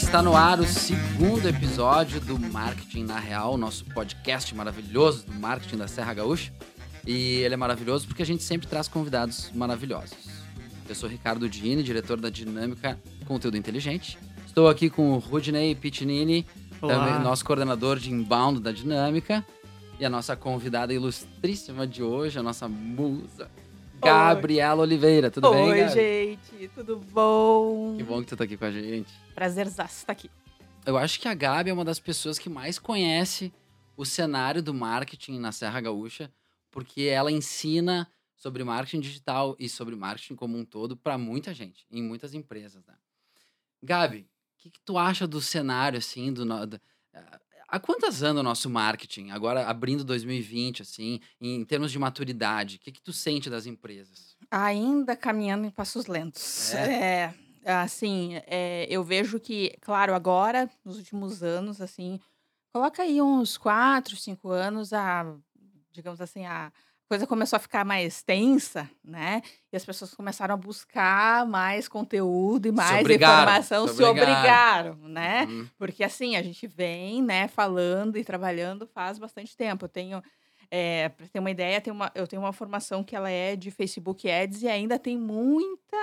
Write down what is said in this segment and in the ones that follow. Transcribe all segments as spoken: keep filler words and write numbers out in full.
Está no ar o segundo episódio do Marketing na Real, nosso podcast maravilhoso do marketing da Serra Gaúcha. E ele é maravilhoso porque a gente sempre traz convidados maravilhosos. Eu sou Ricardo Dini, diretor da Dinâmica Conteúdo Inteligente. Estou aqui com o Rudney Piccinini, também nosso coordenador de inbound da Dinâmica. E a nossa convidada ilustríssima de hoje, a nossa musa, Gabriela Oi. Oliveira. Tudo Oi, bem, Oi, Gabi? gente. Tudo bom? Que bom que tu tá aqui com a gente. Prazerzaço estar aqui. Eu acho que a Gabi é uma das pessoas que mais conhece o cenário do marketing na Serra Gaúcha, porque ela ensina sobre marketing digital e sobre marketing como um todo para muita gente, em muitas empresas, né? Gabi, o que, que tu acha do cenário, assim, do... do há quantos anos o nosso marketing, agora abrindo dois mil e vinte, assim, em termos de maturidade, o que, que tu sente das empresas? Ainda caminhando em passos lentos. É? É, assim, é, eu vejo que, claro, agora, nos últimos anos, assim, coloca aí uns quatro, cinco anos, a, digamos assim, a coisa começou a ficar mais tensa, né? E as pessoas começaram a buscar mais conteúdo e mais obrigaram, informação, se se obrigaram. obrigaram, né? Uhum. Porque assim, a gente vem, né, falando e trabalhando faz bastante tempo. Eu tenho, é, para ter uma ideia, tenho uma, eu tenho uma formação que ela é de Facebook Ads e ainda tem muita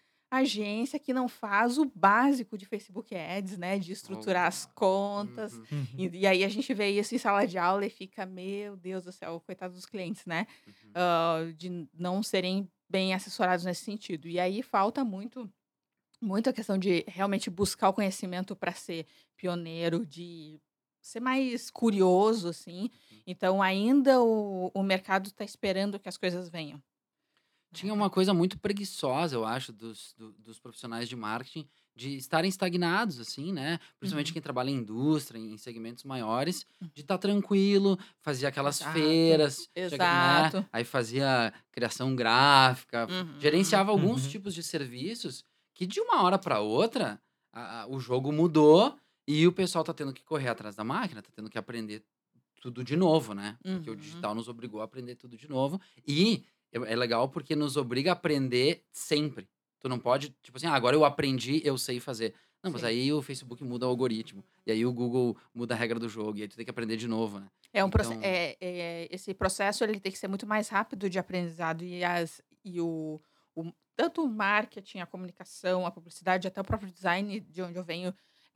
agência que não faz o básico de Facebook Ads, né? De estruturar as contas. Uhum. Uhum. E, e aí a gente vê isso em sala de aula e fica, meu Deus do céu, coitado dos clientes, né? Uhum. Ah, de não serem bem assessorados nesse sentido. E aí falta muito, muito a questão de realmente buscar o conhecimento para ser pioneiro, de ser mais curioso, assim. Então, ainda o, o mercado está esperando que as coisas venham. Tinha uma coisa muito preguiçosa, eu acho, dos, do- dos profissionais de marketing de estarem estagnados, assim, né? Principalmente Uhum. quem trabalha em indústria, em segmentos maiores, de estar tranquilo, fazia aquelas Exato, feiras, chega- né? exato. Aí fazia criação gráfica, Uhum. gerenciava alguns Uhum. tipos de serviços que de uma hora para outra a- a- o jogo mudou e o pessoal tá tendo que correr atrás da máquina, tá tendo que aprender tudo de novo, né? Porque o Uhum. digital nos obrigou a aprender tudo de novo. E é é legal porque nos obriga a aprender sempre. Tu não pode, tipo assim, ah, agora eu aprendi, eu sei fazer. Não, mas Sim. aí o Facebook muda o algoritmo. E aí o Google muda a regra do jogo. E aí tu tem que aprender de novo, né? É um proce Então, é é esse processo ele tem que ser muito mais rápido de aprendizado e as e o o tanto o marketing, a comunicação, a publicidade, até o próprio design de onde eu venho,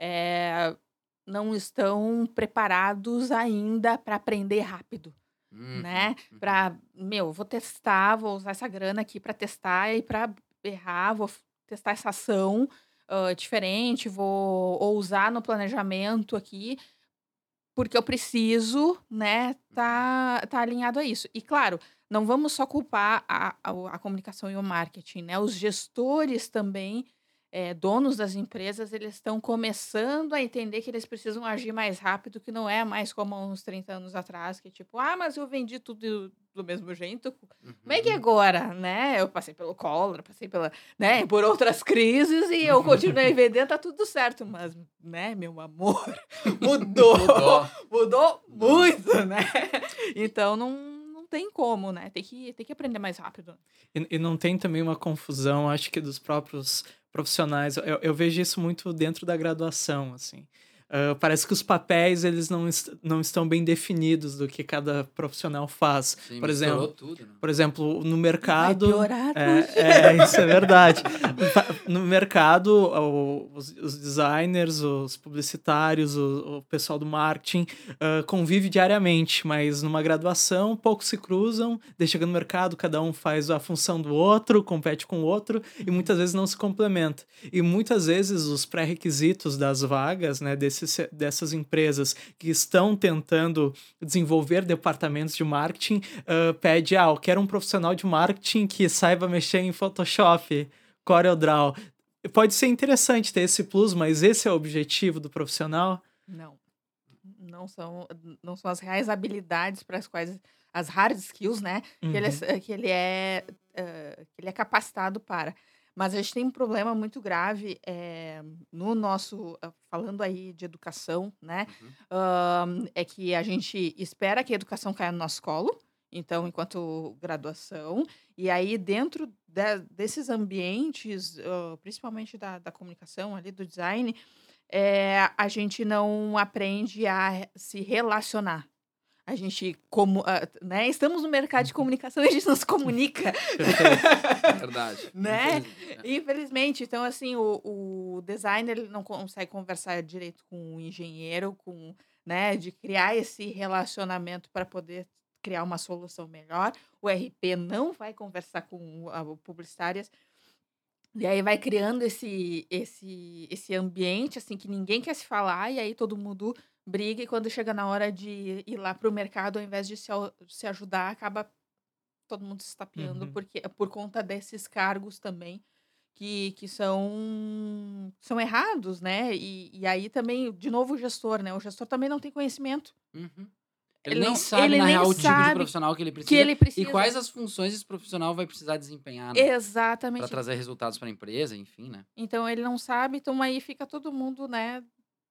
eh, não estão preparados ainda para aprender rápido, uhum, né. uhum. Para "Meu, vou testar, vou usar essa grana aqui para testar e para errar, vou f testar essa ação, hã, diferente, vou ou usar no planejamento aqui". Porque eu preciso, né, tá tá alinhado a isso. E claro, não vamos só culpar a a o a comunicação e o marketing, né, os gestores também, eh, donos das empresas, eles estão começando a entender que eles precisam agir mais rápido, que não é mais como há uns trinta anos atrás, que tipo: "Ah, mas eu vendi tudo do mesmo jeito, como é que é Uhum. agora?", né. Eu passei pelo Collor, passei pela né, por outras crises e eu continuei vendendo, tá tudo certo, mas, né, meu amor, mudou. Mudou. Mudou Mudou. muito, né. Então não não tem como, né, tem que tem que aprender mais rápido. E, e não tem também uma confusão, acho que dos próprios profissionais. Eu, eu vejo isso muito dentro da graduação, assim. Ah, parece que os papéis eles não, est não estão bem definidos do que cada profissional faz. Sim, Por misturou exemplo, tudo, né? por exemplo, no Vai mercado. piorar tudo. É, é, isso é verdade. Fa- No mercado, o- os, os designers, os publicitários, o, o pessoal do marketing ah, convive diariamente, mas numa graduação poucos se cruzam, daí chega no mercado, cada um faz a função do outro, compete com o outro e muitas vezes não se complementa. E muitas vezes os pré-requisitos das vagas, né, desses, dessas empresas que estão tentando desenvolver departamentos de marketing, uh, pede, ah, eu quero um profissional de marketing que saiba mexer em Photoshop, CorelDRAW. Pode ser interessante ter esse plus, mas esse é o objetivo do profissional? Não, não são não são as reais habilidades para as quais as hard skills, né, que ele Uhum. é que ele é, hã, que ele é capacitado para. Mas a gente tem um problema muito grave, eh, no nosso hã, falando aí de educação, né, Uhum. hã, é que a gente espera que a educação caia no nosso colo, então enquanto graduação, e aí dentro de desses ambientes, hã, principalmente da da comunicação ali, do design, é, a gente não aprende a se relacionar. A gente, como, ah, né? Estamos no mercado de comunicação e a gente não se comunica, Perfeito. Verdade. né? Infelizmente. É. Infelizmente. Então, assim, o, o designer ele não consegue conversar direito com o engenheiro, com, né? De criar esse relacionamento para poder criar uma solução melhor. O R P não vai conversar com o- a- o publicitárias. E aí vai criando esse esse esse ambiente, assim, que ninguém quer se falar, e aí todo mundo briga, e quando chega na hora de ir lá para o mercado, ao invés de se au se ajudar, acaba todo mundo se estapeando, Uhum. porque por conta desses cargos também, que que são são errados, né. E e aí também, de novo, o gestor, né, o gestor também não tem conhecimento. Uhum. Ele Ele nem não sabe, ele na nem real, o tipo de sabe profissional que ele que precisa ele e precisa. quais as funções esse profissional vai precisar desempenhar, né? Para Exatamente. trazer resultados para a empresa, enfim, né? Então ele não sabe, então aí fica todo mundo, né,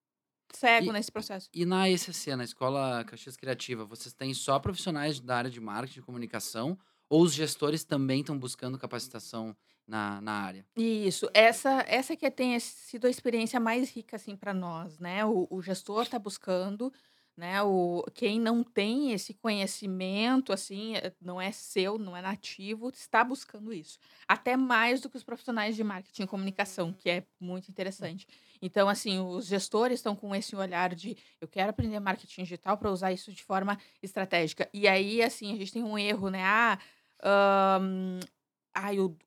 cego E, nesse processo. e na E C C, na Escola Caxias Criativa, vocês têm só profissionais da área de marketing e comunicação ou os gestores também estão buscando capacitação na, na área? Isso, essa essa que tem sido a experiência mais rica, assim, para nós, né, o o gestor está buscando, né, o quem não tem esse conhecimento, assim, eh, não é seu, não é nativo, está buscando isso. Até mais do que os profissionais de marketing e comunicação, que é muito interessante. Então, assim, os gestores estão com esse olhar de: "Eu quero aprender marketing digital para usar isso de forma estratégica". E aí, assim, a gente tem um erro, né, ah, hã Ai, o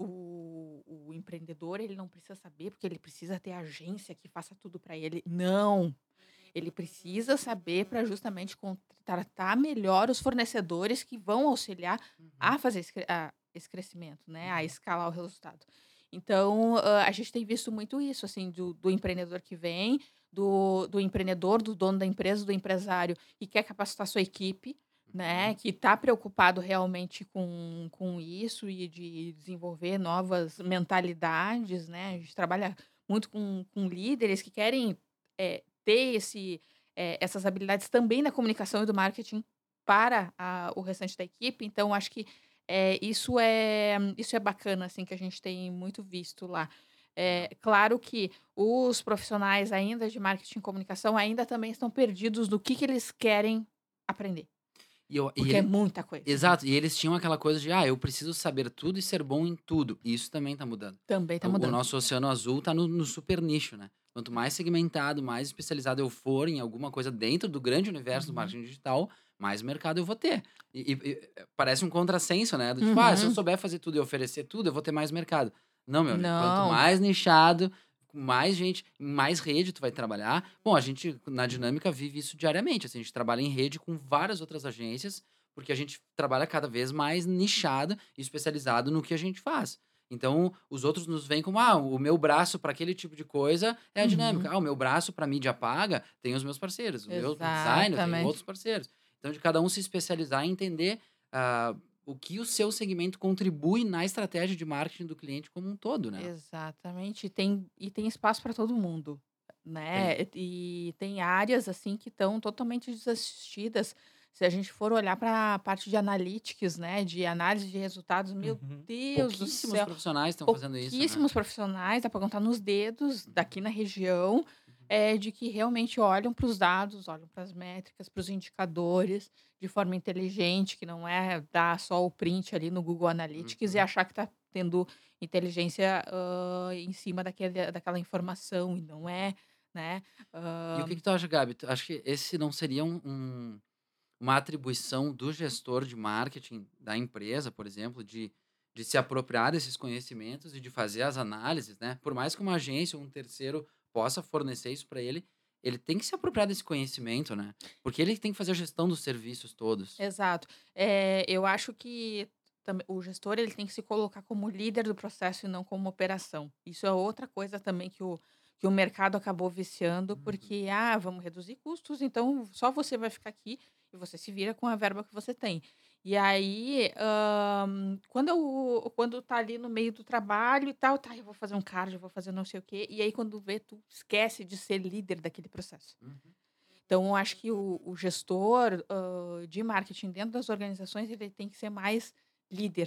o o empreendedor, ele não precisa saber, porque ele precisa ter agência que faça tudo para ele. Não, ele precisa saber para justamente contratar melhor os fornecedores que vão auxiliar Uhum, a fazer esse cre a esse crescimento, né, a uhum, escalar o resultado. Então, hã, a gente tem visto muito isso, assim, do do empreendedor que vem, do do empreendedor, do dono da empresa, do empresário que quer capacitar sua equipe, né, uhum. que está preocupado realmente com com isso e de desenvolver novas mentalidades, né. A gente trabalha muito com com líderes que querem, eh, ter esse eh, essas habilidades também na comunicação e do marketing para a o restante da equipe. Então acho que, eh, isso é isso é bacana, assim, que a gente tem muito visto lá. É Legal. claro que os profissionais ainda de marketing e comunicação ainda também estão perdidos no que que eles querem aprender. E, eu, e Porque é ele, muita coisa. exato, e eles tinham aquela coisa de, ah, eu preciso saber tudo e ser bom em tudo. E isso também tá mudando. Também tá O, o mudando. nosso oceano azul tá no, no super nicho, né? Quanto mais segmentado, mais especializado eu for em alguma coisa dentro do grande universo do Uhum. marketing digital, mais mercado eu vou ter. E, e- e, eh, parece um contrassenso, né? Do tipo, ah, se eu Uhum. souber fazer tudo e oferecer tudo, eu vou ter mais mercado. Não, meu amigo, quanto Não. mais nichado, com mais gente, em mais rede tu vai trabalhar. Bom, a gente, na dinâmica, vive isso diariamente. Assim, a gente trabalha em rede com várias outras agências, porque a gente trabalha cada vez mais nichado e especializado no que a gente faz. Então, os outros nos veem como, ah, o meu braço para aquele tipo de coisa é a dinâmica. Uhum. Ah, o meu braço para mídia paga tem os meus parceiros. O meu para design eu tenho Exatamente. outros parceiros. Então, de cada um se especializar e entender ah, o que o seu segmento contribui na estratégia de marketing do cliente como um todo, né? Exatamente. E tem e tem espaço para todo mundo, Tem. né. E tem áreas, assim, que estão totalmente desassistidas. Se a gente for olhar para a parte de analytics, né, de análise de resultados, meu Uhum. Deus do Pouquíssimos céu, profissionais estão fazendo isso, né? pouquíssimos profissionais, dá para contar nos dedos Uhum, daqui na região, uhum, é de que realmente olham para os dados, olham para as métricas, para os indicadores de forma inteligente, que não é dar só o print ali no Google Analytics e uhum. achar que está tendo inteligência, hã, em cima daquele daquela informação, e não é, né. E o que Hã, que tu acha, Gabi? Tu acha que esse não seria um, um- uma atribuição do gestor de marketing da empresa, por exemplo, de, de se apropriar desses conhecimentos e de fazer as análises, né? Por mais que uma agência ou um terceiro possa fornecer isso para ele, ele tem que se apropriar desse conhecimento, né? Porque ele tem que fazer a gestão dos serviços todos. exato. Eh, eu acho que tamb o gestor ele tem que se colocar como líder do processo e não como operação. Isso é outra coisa também que o que o mercado acabou viciando, Uhum, porque: "Ah, vamos reduzir custos, então só você vai ficar aqui e você se vira com a verba que você tem". E aí, hã, quando eu quando tá ali no meio do trabalho e tal, "Tá, eu vou fazer um card, eu vou fazer não sei o quê", e aí quando vê, tu esquece de ser líder daquele processo. uhum. Então, eu acho que o o gestor, hã, de marketing dentro das organizações, ele tem que ser mais líder.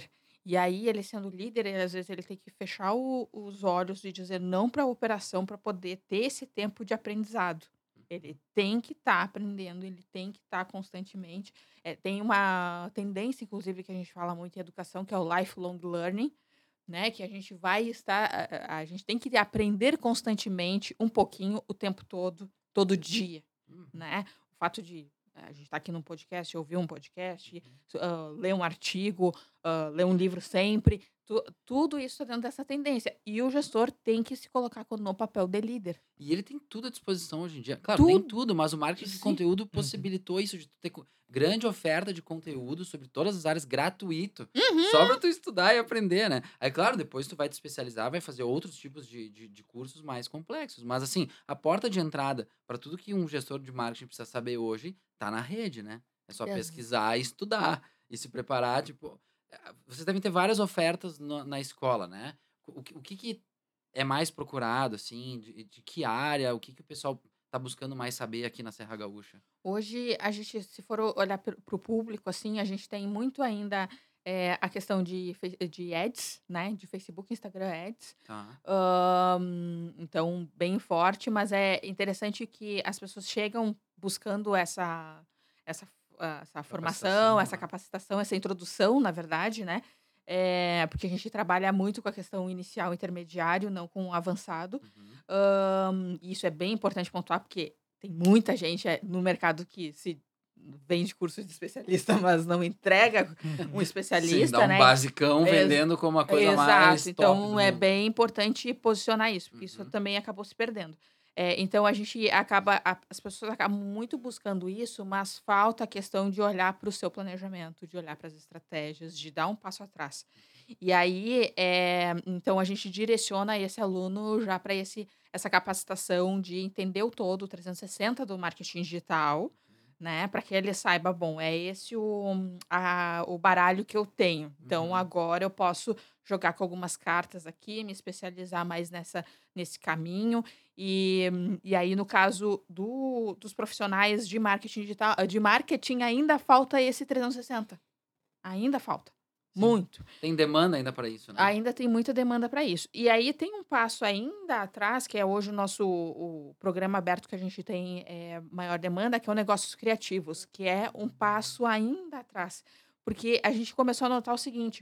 E aí, ele sendo líder, ele, às vezes ele tem que fechar o- os olhos e dizer não para a operação para poder ter esse tempo de aprendizado. Ele tem que estar aprendendo, ele tem que estar constantemente. É, tem uma tendência, inclusive, que a gente fala muito em educação, que é o lifelong learning, né? Que a gente vai estar, a, a- a gente tem que aprender constantemente, um pouquinho, o tempo todo, todo dia, Uhum. né? O fato de eh, a gente estar aqui num podcast, ouvir um podcast, ah, ler um artigo, ah, ler um livro sempre, tu- tudo isso está dentro dessa tendência. E o gestor tem que se colocar co- no papel de líder. E ele tem tudo à disposição hoje em dia. Claro, nem Tudo. tudo, mas o marketing de Sim. conteúdo possibilitou isso, de tu ter co- grande oferta de conteúdo sobre todas as áreas gratuito. Só pra tu estudar e aprender, né? Aí, claro, depois tu vai te especializar, vai fazer outros tipos de, de, de cursos mais complexos. Mas, assim, a porta de entrada para tudo que um gestor de marketing precisa saber hoje tá na rede, né? É só Ex- pesquisar e estudar e se preparar. Tipo, eh, vocês devem ter várias ofertas no- na escola, né? O, que- o que que é mais procurado, assim? De, de que área? O que que o pessoal tá buscando mais saber aqui na Serra Gaúcha? Hoje, a gente, se for olhar para o público, assim, a gente tem muito ainda eh, a questão de, fe- de ads, né? De Facebook, Instagram Ads. Tá. Ahn, então, bem forte, mas é interessante que as pessoas chegam buscando essa, essa, ah, essa formação, Capacitação, essa né? capacitação, essa introdução, na verdade, né? É, porque a gente trabalha muito com a questão inicial, intermediário, não com o avançado. Uhum. Ahn, e isso é bem importante pontuar, porque tem muita gente eh, no mercado que se vende curso de especialista, mas não entrega um Sim, especialista, dá um né? basicão Ex- vendendo como a coisa mais Exato. top do Então é mundo. bem importante posicionar isso, porque isso Uhum. também acabou se perdendo. É, então a gente acaba, a- as pessoas acabam muito buscando isso, mas falta a questão de olhar para o seu planejamento, de olhar para as estratégias, de dar um passo atrás. E aí, é, então a gente direciona esse aluno já para esse essa capacitação de entender o todo, o trezentos e sessenta do marketing digital, né? Para que ele saiba, bom, é esse o, a- o baralho que eu tenho. Então Uhum. agora eu posso jogar com algumas cartas aqui, me especializar mais nessa, nesse caminho. E, e aí, no caso do, dos profissionais de marketing digital, de marketing, ainda falta esse trezentos e sessenta. Ainda falta. Sim. Muito. Tem demanda ainda para isso, né? Ainda tem muita demanda para isso. E aí tem um passo ainda atrás, que é hoje o nosso o programa aberto que a gente tem é, maior demanda, que é o Negócios Criativos, que é um passo ainda atrás. Porque a gente começou a notar o seguinte: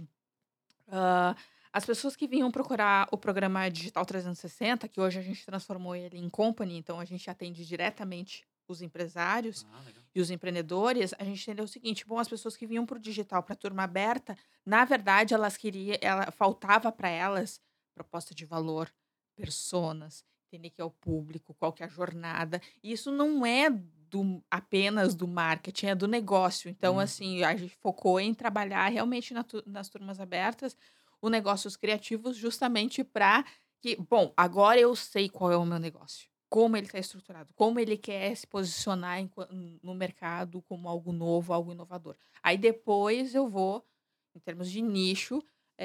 ah, as pessoas que vinham procurar o programa Digital trezentos e sessenta, que hoje a gente transformou ele em company, então a gente atende diretamente os empresários Ah, legal. e os empreendedores, a gente entendeu o seguinte: bom, as pessoas que vinham para o digital, para a turma aberta, na verdade, elas queriam, ela, faltava para elas proposta de valor, personas, entender que é o público, qual que é a jornada. E isso não é do, apenas do marketing, é do negócio. Então, Uhum. assim, a gente focou em trabalhar realmente na tu- nas turmas abertas o negócios criativos, justamente para que, bom, agora eu sei qual é o meu negócio, como ele está estruturado, como ele quer se posicionar enqua- no mercado como algo novo, algo inovador. Aí depois eu vou, em termos de nicho,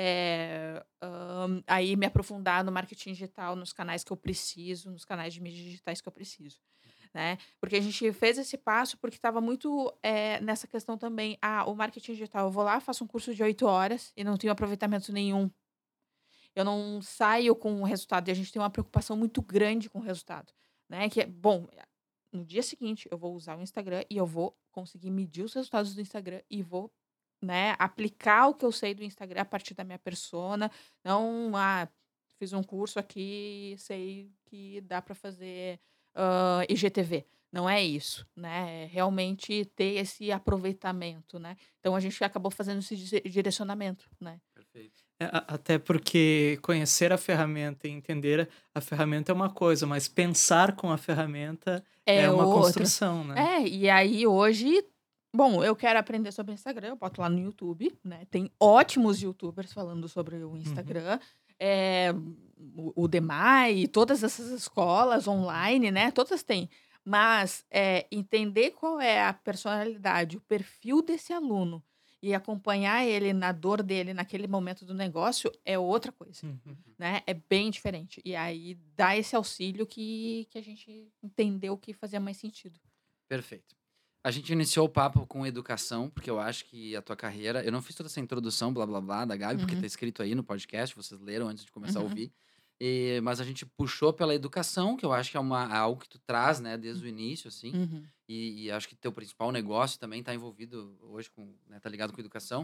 é, ahn, aí me aprofundar no marketing digital, nos canais que eu preciso, nos canais de mídias digitais que eu preciso, né? Porque a gente fez esse passo porque estava muito é, nessa questão também. Ah, o marketing digital, eu vou lá, faço um curso de oito horas e não tenho aproveitamento nenhum. Eu não saio com o resultado. E a gente tem uma preocupação muito grande com o resultado, né? Que é, bom, no dia seguinte eu vou usar o Instagram e eu vou conseguir medir os resultados do Instagram e vou, né, aplicar o que eu sei do Instagram a partir da minha persona. Não, ah, fiz um curso aqui, sei que dá para fazer ah, I G T V. Não é isso, né? É realmente ter esse aproveitamento, né? Então a gente acabou fazendo esse dire- direcionamento, né? Perfeito. É, a- até porque conhecer a ferramenta e entender a ferramenta é uma coisa, mas pensar com a ferramenta é É uma outro. construção, né? É, e aí hoje, bom, eu quero aprender sobre Instagram, eu boto lá no YouTube, né? Tem ótimos YouTubers falando sobre o Instagram. É, o, o Demai, todas essas escolas online, né? Todas têm. Mas é, entender qual é a personalidade, o perfil desse aluno e acompanhar ele na dor dele naquele momento do negócio é outra coisa, Uhum. né? É bem diferente. E aí dá esse auxílio que, que a gente entendeu que fazia mais sentido. Perfeito. A gente iniciou o papo com educação, porque eu acho que a tua carreira... Eu não fiz toda essa introdução, blá, blá, blá, da Gabi, porque Uhum. tá escrito aí no podcast, vocês leram antes de começar a Uhum. ouvir. E- mas a gente puxou pela educação, que eu acho que é uma, algo que tu traz, né, desde o início, assim. Uhum. E, e acho que teu principal negócio também tá envolvido hoje com... Né, tá ligado com educação.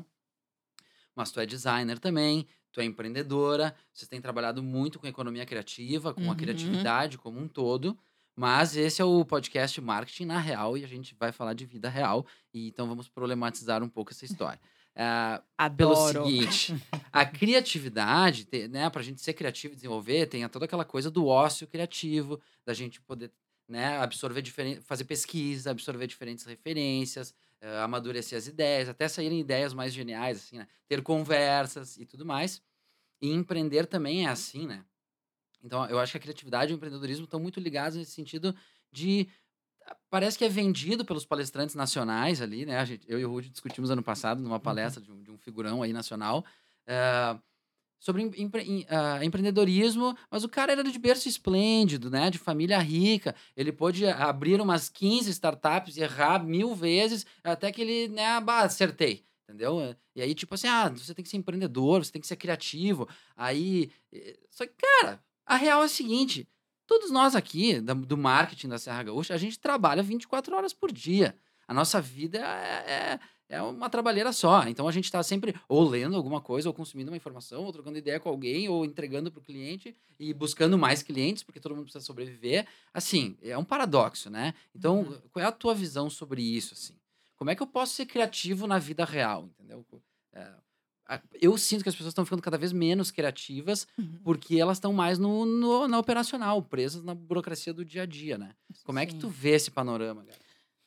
Mas tu é designer também, tu é empreendedora, vocês têm trabalhado muito com economia criativa, com a Uhum. criatividade como um todo. Mas esse é o podcast Marketing na Real e a gente vai falar de vida real. E então vamos problematizar um pouco essa história. Ah, pelo Adoro. seguinte, a criatividade, te- né, pra gente ser criativo e desenvolver, tem toda aquela coisa do ócio criativo, da gente poder, né, absorver diferente, fazer pesquisa, absorver diferentes referências, eh, amadurecer as ideias, até saírem ideias mais geniais, assim, né? Ter conversas e tudo mais. E empreender também é assim, né? Então, eu acho que a criatividade e o empreendedorismo estão muito ligados nesse sentido de... Parece que é vendido pelos palestrantes nacionais ali, né? A gente, eu e o Rudy discutimos ano passado numa palestra de um, de um figurão aí nacional, eh, sobre em- empre- em- ah, empreendedorismo, mas o cara era de berço esplêndido, né? De família rica. Ele pôde abrir umas quinze startups e errar mil vezes, até que ele, né, bah, acertei. Entendeu? E aí, tipo assim, ah, você tem que ser empreendedor, você tem que ser criativo. Aí. eh, Só que, cara, a real é a seguinte: todos nós aqui, da- do marketing da Serra Gaúcha, a gente trabalha vinte e quatro horas por dia. A nossa vida é, é é uma trabalheira só. Então a gente está sempre ou lendo alguma coisa, ou consumindo uma informação, ou trocando ideia com alguém, ou entregando para o cliente e buscando mais clientes, porque todo mundo precisa sobreviver. Assim, é um paradoxo, né? Então, Uhum. qual é a tua visão sobre isso, assim? Como é que eu posso ser criativo na vida real, entendeu? É, a- eu sinto que as pessoas estão ficando cada vez menos criativas Uhum. porque elas estão mais no, no- na operacional, presas na burocracia do dia a dia, né? Como é que tu Sim. vê esse panorama, cara?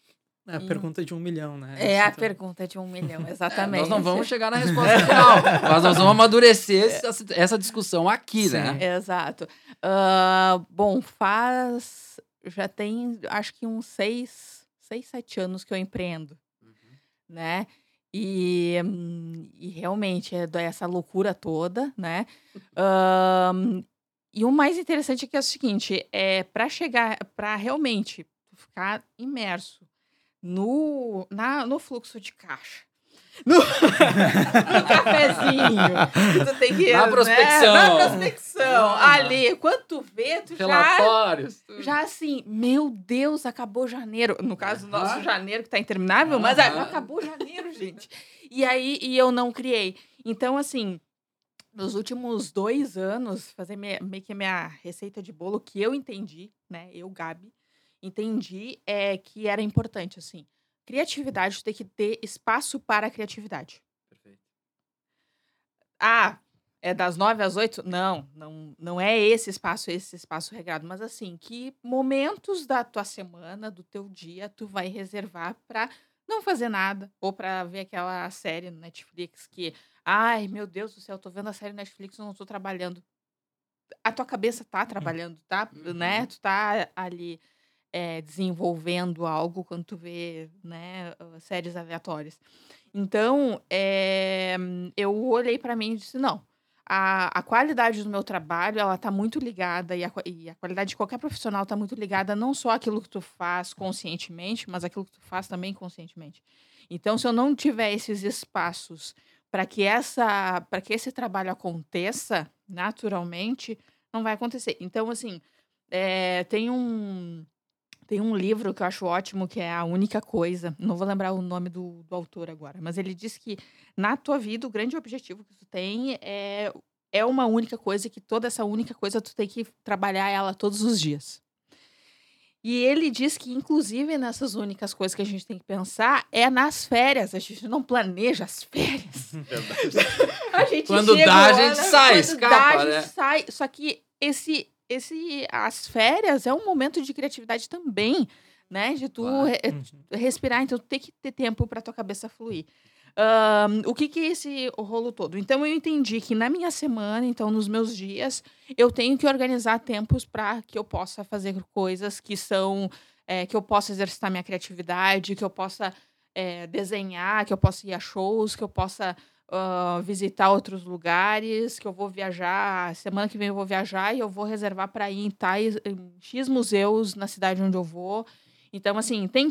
É a Hum. pergunta de um milhão, né? É Essa, a então. pergunta de um milhão, É, exatamente. nós não vamos chegar na resposta final, mas nós vamos amadurecer essa, essa discussão aqui, né? Sim. Exato. Ah, bom, faz. Já tem, acho que uns seis, seis, sete anos que eu empreendo, Uhum. né? E, hum, e realmente é da- essa loucura toda, né? Ahn, e o mais interessante é que é o seguinte, é para chegar, para realmente ficar imerso no, na, no fluxo de caixa. No, no cafezinho. Tu tem que, Na né, prospecção. Na prospecção. Ah. Ali. Quando tu vê, tu já, Relatórios. tudo. já assim, meu Deus, acabou janeiro. No caso, o nosso Aham. janeiro que tá interminável, mas Aham. acabou janeiro, gente. E aí, e eu não criei. Então, assim, nos últimos dois anos, fazer minha- meio que a minha receita de bolo que eu entendi, né? Eu, Gabi, entendi é que era importante, assim. Criatividade, tu tem que ter espaço para a criatividade. Perfeito. Ah, é das nove às oito? Não, não, não é esse espaço, esse espaço regrado. Mas assim, que momentos da tua semana, do teu dia, tu vai reservar pra não fazer nada. Ou pra ver aquela série no Netflix que, ai, meu Deus do céu, eu tô vendo a série no Netflix e não tô trabalhando. A tua cabeça tá trabalhando, tá? Uhum. Né? Tu tá ali é, desenvolvendo algo quando tu vê, né, uh, séries aleatórias. Então, é, eu olhei pra mim e disse, não, a, a qualidade do meu trabalho, ela tá muito ligada, e a, qua- e a qualidade de qualquer profissional tá muito ligada não só àquilo que tu faz conscientemente, mas àquilo que tu faz também conscientemente. Então, se eu não tiver esses espaços para que essa, para que esse trabalho aconteça naturalmente, não vai acontecer. Então, assim, é, tem um tem um livro que eu acho ótimo, que é A Única Coisa. Não vou lembrar o nome do, do autor agora, mas ele diz que na tua vida o grande objetivo que tu tem é, é uma única coisa e que toda essa única coisa tu tem que trabalhar ela todos os dias. E ele diz que, inclusive, nessas únicas coisas que a gente tem que pensar é nas férias. A gente não planeja as férias. A gente Quando chega, dá, a olha, gente sai, quando escapa, dá, a gente né? sai. Só que esse, esse, as férias é um momento de criatividade também, né? De tu Claro. re- Uhum. respirar, então tu tem que ter tempo para tua cabeça fluir. Ahn, o que que é esse rolo todo? Então eu entendi que na minha semana, então nos meus dias, eu tenho que organizar tempos para que eu possa fazer coisas que são é, que eu possa exercitar minha criatividade, que eu possa é, desenhar, que eu possa ir a shows, que eu possa ah, visitar outros lugares, que eu vou viajar. Semana que vem eu vou viajar e eu vou reservar para ir em tais em X museus na cidade onde eu vou. Então, assim, tem que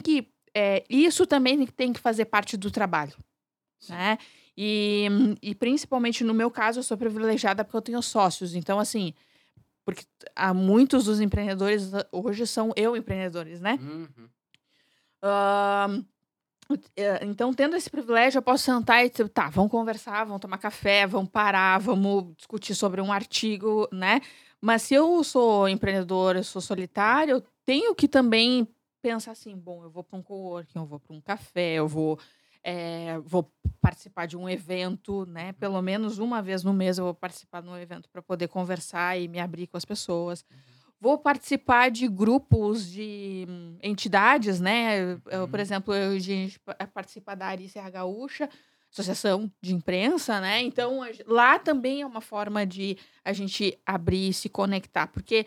é, isso também tem que fazer parte do trabalho, Sim. né? E, e principalmente no meu caso, eu sou privilegiada porque eu tenho sócios. Então, assim, porque há muitos dos empreendedores hoje são eu empreendedores, né? Uhum. Ahn, é, então, tendo esse privilégio, eu posso sentar e dizer, tá, vamos conversar, vamos tomar café, vamos parar, vamos discutir sobre um artigo, né? Mas se eu sou empreendedora, eu sou solitária, eu tenho que também pensar assim, bom, eu vou para um coworking, eu vou para um café, eu vou, é, vou participar de um evento, né? Pelo menos uma vez no mês eu vou participar de um evento para poder conversar e me abrir com as pessoas. Vou participar de grupos de hum, entidades, né? Eu, por Uhum. exemplo, eu, a gente pa- participa da Ari Serra Gaúcha, Associação de Imprensa, né? Então, a gen- lá também é uma forma de a gente abrir e se conectar, porque,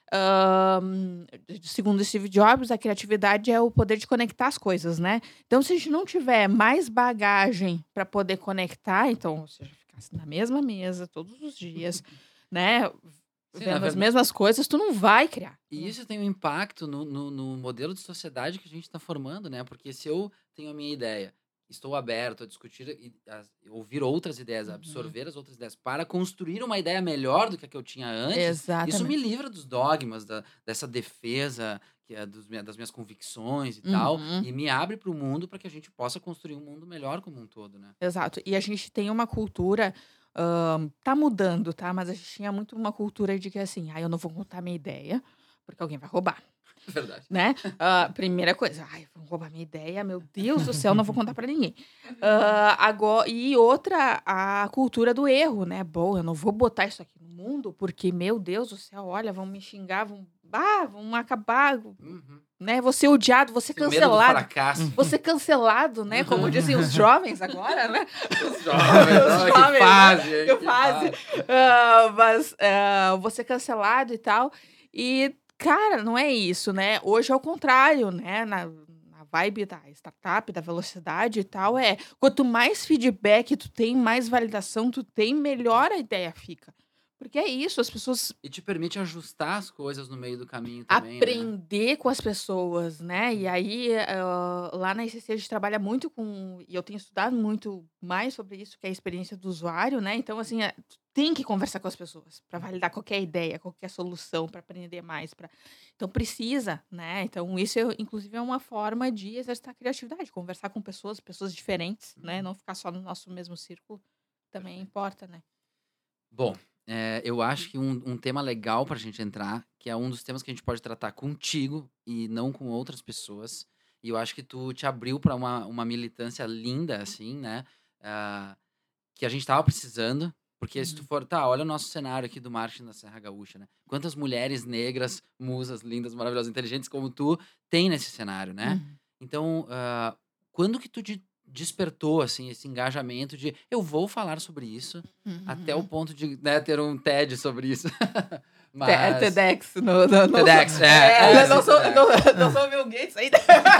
ahn, segundo Steve Jobs, a criatividade é o poder de conectar as coisas, né? Então, se a gente não tiver mais bagagem para poder conectar, então, ou seja, ficar na mesma mesa todos os dias, né? Sim, na Vendo as verdade. mesmas coisas, tu não vai criar. E isso tem um impacto no, no, no modelo de sociedade que a gente está formando, né? Porque se eu tenho a minha ideia, estou aberto a discutir e a ouvir outras ideias, a Uhum. absorver as outras ideias para construir uma ideia melhor do que a que eu tinha antes, isso me Exatamente. livra dos dogmas, da, dessa defesa que é dos, minha- das minhas convicções e tal, Uhum. e me abre para o mundo para que a gente possa construir um mundo melhor como um todo, né? Exato. E a gente tem uma cultura, hã, tá mudando, tá, mas a gente tinha muito uma cultura de que assim: "Ai, eu não vou contar minha ideia, porque alguém vai roubar", Verdade. né. Hã, primeira coisa: "Ai, vão roubar minha ideia, meu Deus do céu, não vou contar pra ninguém". Hã, ago e outra, a cultura do erro, né. "Bom, eu não vou botar isso aqui no mundo, porque, meu Deus do céu, olha, vão me xingar, vão ah, vão acabar, Uhum. né, vou ser odiado, vou ser Esse medo do cancelado, fracasso. vou ser cancelado", né, como dizem os jovens agora, né. Os jovens, Os olha jovens, que fase, né, hein, que que fase. fase. Hã, mas, hã, vou ser cancelado e tal. E, cara, não é isso, né. Hoje é o contrário, né, na na vibe da startup, da velocidade e tal, é quanto mais feedback tu tem, mais validação tu tem, melhor a ideia fica. Porque é isso, as pessoas E te permite ajustar as coisas no meio do caminho também, né? aprender com as pessoas, né. E aí, hã, lá na I C C a gente trabalha muito com e eu tenho estudado muito mais sobre isso, que é a experiência do usuário, né. Então, assim, eh, tu tem que conversar com as pessoas para validar qualquer ideia, qualquer solução, para aprender mais, pra então precisa, né. Então isso é inclusive é uma forma de exercitar a criatividade, conversar com pessoas, pessoas diferentes, né, Uhum. não ficar só no nosso mesmo círculo, também Perfeito. importa, né. Bom, eh, eu acho que um, um tema legal pra gente entrar, que é um dos temas que a gente pode tratar contigo e não com outras pessoas. E eu acho que tu te abriu pra uma, uma militância linda, assim, né? Ah, que a gente tava precisando. Porque se tu Uhum. for, tá, olha o nosso cenário aqui do marketing da Serra Gaúcha, né? Quantas mulheres negras, musas, lindas, maravilhosas, inteligentes como tu tem nesse cenário, né? Uhum. Então, ah, quando que tu de- despertou, assim, esse engajamento de eu vou falar sobre isso, até o Uhum. ponto de, né, ter um TED sobre isso. Te é Mas. TEDx, no no não sou TEDx, é, é, é, eu não sim, sou TEDx. não não sou Bill Gates ainda.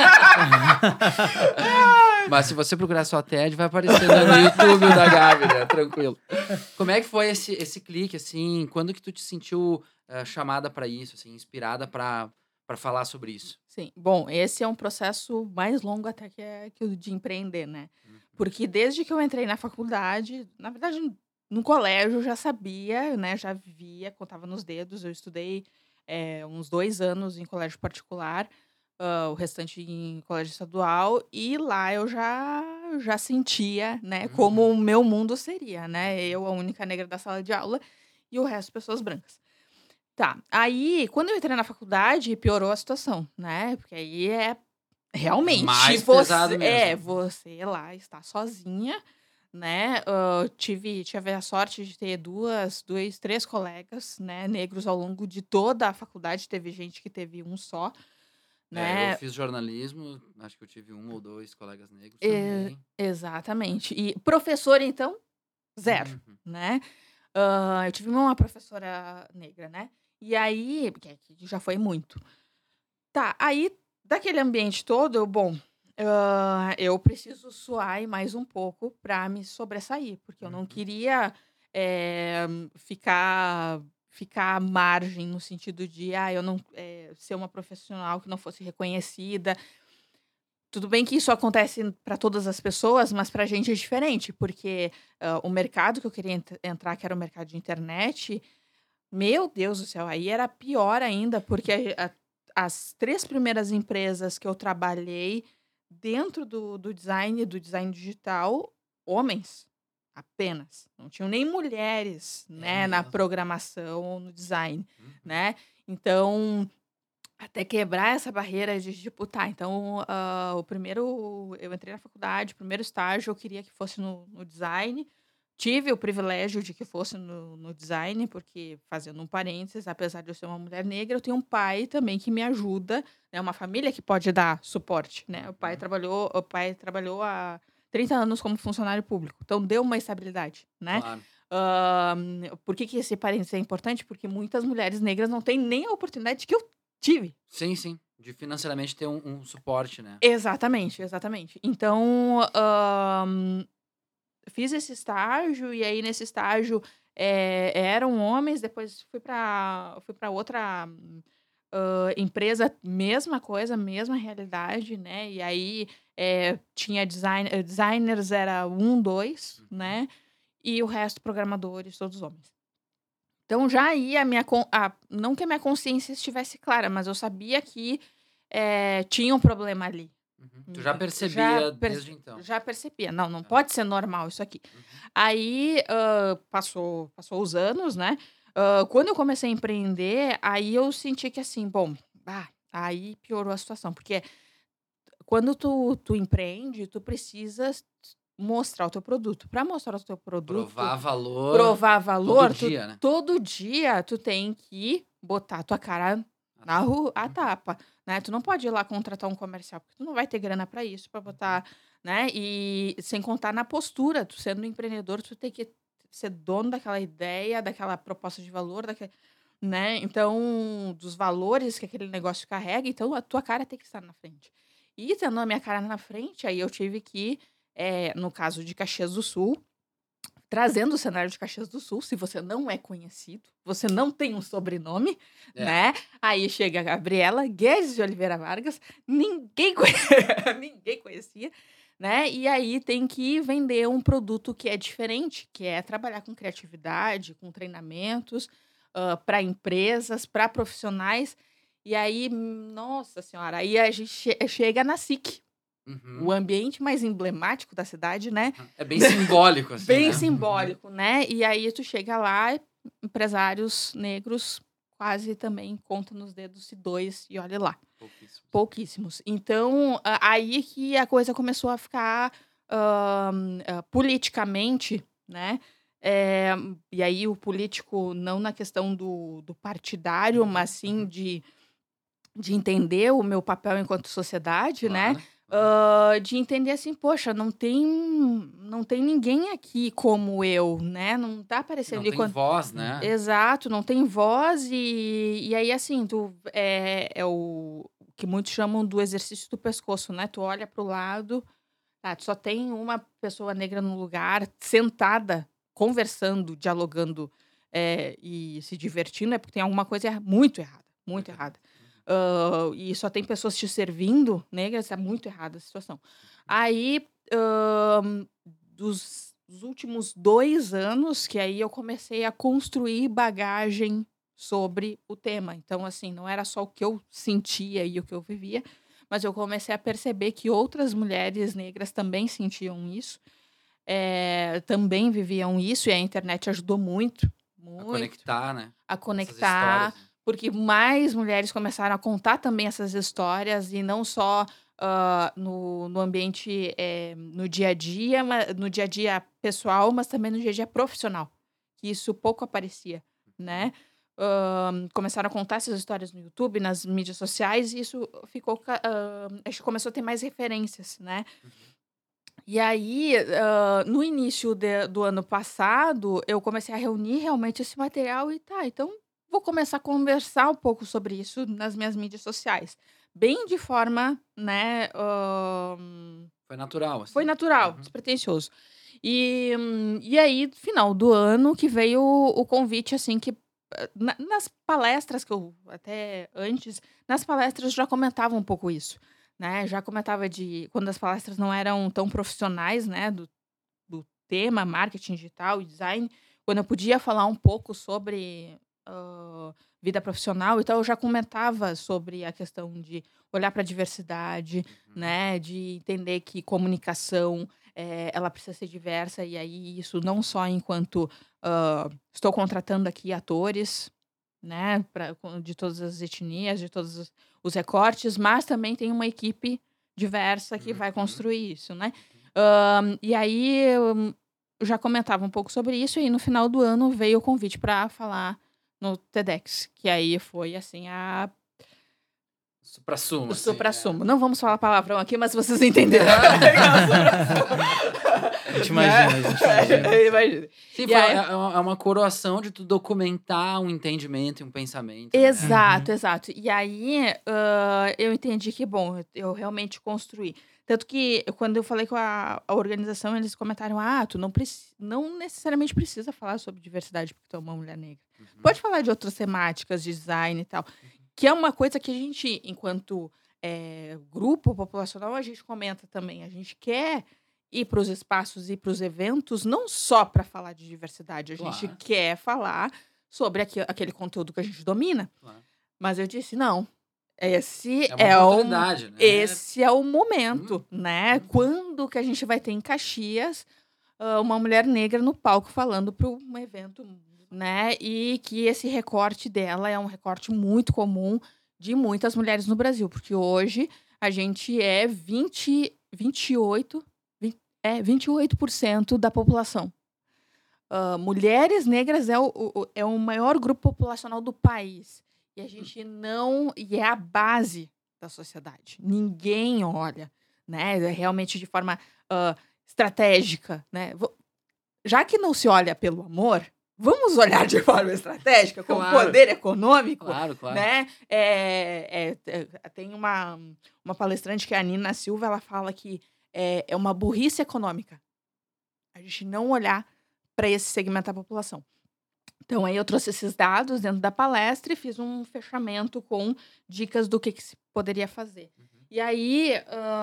Mas se você procurar só TED, vai aparecer no YouTube o da Gabi, né? Tranquilo. Como é que foi esse, esse clique, assim? Quando que tu te sentiu eh, chamada pra isso, assim, inspirada pra para falar sobre isso? Sim, bom, esse é um processo mais longo até que é que o de empreender, né. Uhum. Porque desde que eu entrei na faculdade, na verdade no colégio eu já sabia, né, já via, contava nos dedos, eu estudei, eh, uns dois anos em colégio particular, hã, o restante em colégio estadual, e lá eu já já sentia, né, como Uhum. o meu mundo seria, né, eu a única negra da sala de aula e o resto pessoas brancas. Tá, aí quando eu entrei na faculdade piorou a situação, né, porque aí é É realmente mais pesado você é, mesmo. você lá está sozinha, né, hã, tive tive a sorte de ter duas dois, três colegas, né, negros ao longo de toda a faculdade, teve gente que teve um só, É, eu né. fiz jornalismo, acho que eu tive um ou dois colegas negros E também. exatamente. E professor então, zero, Uhum. né. Hã, eu tive uma professora negra, né, e aí porque que já foi muito. Tá, aí daquele ambiente todo eu, bom, hã, eu preciso suar e mais um pouco pra me sobressair, porque eu não Uhum. queria, eh, ficar ficar à margem no sentido de, ah, eu não eh, ser uma profissional que não fosse reconhecida. tudo bem que isso acontece para todas as pessoas, mas para a gente é diferente, porque uh, o mercado que eu queria ent- entrar, que era o mercado de internet, meu Deus do céu, aí era pior ainda, porque a- a- as três primeiras empresas que eu trabalhei dentro do, do design, do design digital, homens apenas. Não tinham nem mulheres, É né, na mesmo. programação ou no design, Uhum. né? Então, até quebrar essa barreira de, tipo, tá, então, ah, o primeiro, eu entrei na faculdade, o primeiro estágio eu queria que fosse no, no design. Tive o privilégio de que fosse no, no design, porque, fazendo um parênteses, apesar de eu ser uma mulher negra, eu tenho um pai também que me ajuda, né? Uma família que pode dar suporte, né? O pai Uhum. trabalhou, o pai trabalhou há trinta anos como funcionário público, então deu uma estabilidade, né? Claro. Ahn, por que que esse parênteses é importante? Porque muitas mulheres negras não têm nem a oportunidade que eu tive. Sim, sim. De financeiramente ter um, um suporte, né? Exatamente, exatamente. Então, ahn, fiz esse estágio, e aí nesse estágio eh, eram homens, depois fui para fui para outra ah, empresa, mesma coisa, mesma realidade, né? E aí eh, tinha design, eh, designers, era um, dois, Uhum. né? E o resto programadores, todos homens. Então já aí a minha con- a- não que a minha consciência estivesse clara, mas eu sabia que eh, tinha um problema ali. Uhum. Tu Hum, já hum, Já, percebia perce- desde então. já percebia. Não, não Tá. pode ser normal isso aqui. Uhum. Aí ah, passou, passou os anos, né? Ah, quando eu comecei a empreender, aí eu senti que assim, bom, ah, aí piorou a situação, porque quando tu, tu empreende, tu precisas mostrar o teu produto. Para mostrar o teu produto, Provar valor provar todo valor, tu, dia, né? todo dia tu tem que botar a tua cara Ah, na tá. rua, a Uhum. tapa, né? Tu não pode ir lá contratar um comercial, porque tu não vai ter grana para isso, para botar, né? E sem contar na postura, tu sendo um empreendedor, tu tem que ser dono daquela ideia, daquela proposta de valor, daquele, né? Então, dos valores que aquele negócio carrega, então a tua cara tem que estar na frente. E tendo a minha cara na frente, aí eu tive que, eh, no caso de Caxias do Sul, trazendo o cenário de Caxias do Sul, se você não é conhecido, você não tem um sobrenome, É. né? Aí chega a Gabriela Guedes de Oliveira Vargas, ninguém, conhe... ninguém conhecia, né? E aí tem que vender um produto que é diferente, que é trabalhar com criatividade, com treinamentos, para empresas, para profissionais. E aí, nossa senhora, aí a gente che- chega na S I C, Uhum. o ambiente mais emblemático da cidade, né? É bem simbólico, assim, Bem né? simbólico, né? E aí tu chega lá, empresários negros quase também conta nos dedos se dois, e olha lá, Pouquíssimo. pouquíssimos. Então, a- aí que a coisa começou a ficar ahn, ah, politicamente, né? É, e aí o político não na questão do, do partidário, mas sim Uhum. de, de entender o meu papel enquanto sociedade, né? Claro. Ah, de entender assim, poxa, não tem, não tem ninguém aqui como eu, né? Não tá Sim, aparecendo não ali tem quando... voz, né? Exato, não tem voz e, e aí assim, tu é, é o que muitos chamam do exercício do pescoço, né? Tu olha pro lado, tá, tu só tem uma pessoa negra no lugar, sentada, conversando, dialogando é, e se divertindo, é porque tem alguma coisa erra- muito errada, muito Muito errada. errado. Ah, e só tem pessoas te servindo, negras, é muito errada a situação. Aí, ahn, dos, dos últimos dois anos, que aí eu comecei a construir bagagem sobre o tema. Então, assim, não era só o que eu sentia e o que eu vivia, mas eu comecei a perceber que outras mulheres negras também sentiam isso, eh, também viviam isso, e a internet ajudou muito, A muito conectar, né? a Essas conectar, histórias. né? porque mais mulheres começaram a contar também essas histórias, e não só ah, no, no ambiente, eh, no dia a dia, ma- no dia a dia pessoal, mas também no dia a dia profissional, que isso pouco aparecia, né? Ahn, começaram a contar essas histórias no YouTube, nas mídias sociais, e isso ficou, ca- ahn, acho que começou a ter mais referências, né? Uhum. E aí, hã, no início de do ano passado, eu comecei a reunir realmente esse material e tá, então vou começar a conversar um pouco sobre isso nas minhas mídias sociais. Bem de forma, né, hã, Foi natural, foi assim. natural, Uhum. despretensioso. E, hum, e aí, final do ano, que veio o, o convite, assim, que eh, na- nas palestras que eu, até antes, nas palestras eu já comentava um pouco isso, né? Já comentava de quando as palestras não eram tão profissionais, né? Do, do tema marketing digital e design, quando eu podia falar um pouco sobre ah, vida profissional, então eu já comentava sobre a questão de olhar para a diversidade, Uhum. né? De entender que comunicação eh, ela precisa ser diversa, e aí isso não só enquanto ah, estou contratando aqui atores, né, pra, com- de todas as etnias, de todos os, os recortes, mas também tem uma equipe diversa que vai Uhum. construir isso, né? Ahn, e aí eu já comentava um pouco sobre isso, e no final do ano veio o convite para falar no TEDx, que aí foi assim a Supra-sumo, o assim, é. supra-sumo. Não vamos falar palavrão aqui, mas vocês entenderam. A gente imagina, a gente imagina. Imagina. Sim, E foi, aí- é, é uma, é uma coroação de tu documentar um entendimento e um pensamento. Né? Exato, exato. E aí, ah, eu entendi que, bom, eu- eu realmente construí. Tanto que, quando eu falei com a, a organização, eles comentaram: ah, tu não, preci- não necessariamente precisa falar sobre diversidade porque tu é uma mulher negra. Uhum. Pode falar de outras temáticas, de design e tal. Que é uma coisa que a gente, enquanto eh, grupo populacional, a gente comenta também. A gente quer ir para os espaços e para os eventos, não só para falar de diversidade. A gente Claro. quer falar sobre aque- aquele conteúdo que a gente domina. Claro. Mas eu disse, não, esse É uma é, o, oportunidade, né? esse é o momento, Hum, né? hum. Quando que a gente vai ter em Caxias ah, uma mulher negra no palco falando para um evento, né? E que esse recorte dela é um recorte muito comum de muitas mulheres no Brasil, porque hoje a gente é vinte, vinte e oito, vinte é vinte e oito por cento da população. Ah, mulheres negras é o, o- o- é o maior grupo populacional do país. E a gente não. E é a base da sociedade. Ninguém olha, né? Realmente de forma ah, estratégica, né? Vo- Já que não se olha pelo amor, vamos olhar de forma estratégica, com Claro. poder econômico, Claro, claro. né? É, é, é, tem uma, uma palestrante que é a Nina Silva, ela fala que é, é uma burrice econômica a gente não olhar para esse segmento da população. Então, aí eu trouxe esses dados dentro da palestra e fiz um fechamento com dicas do que, que se poderia fazer. Uhum. E aí,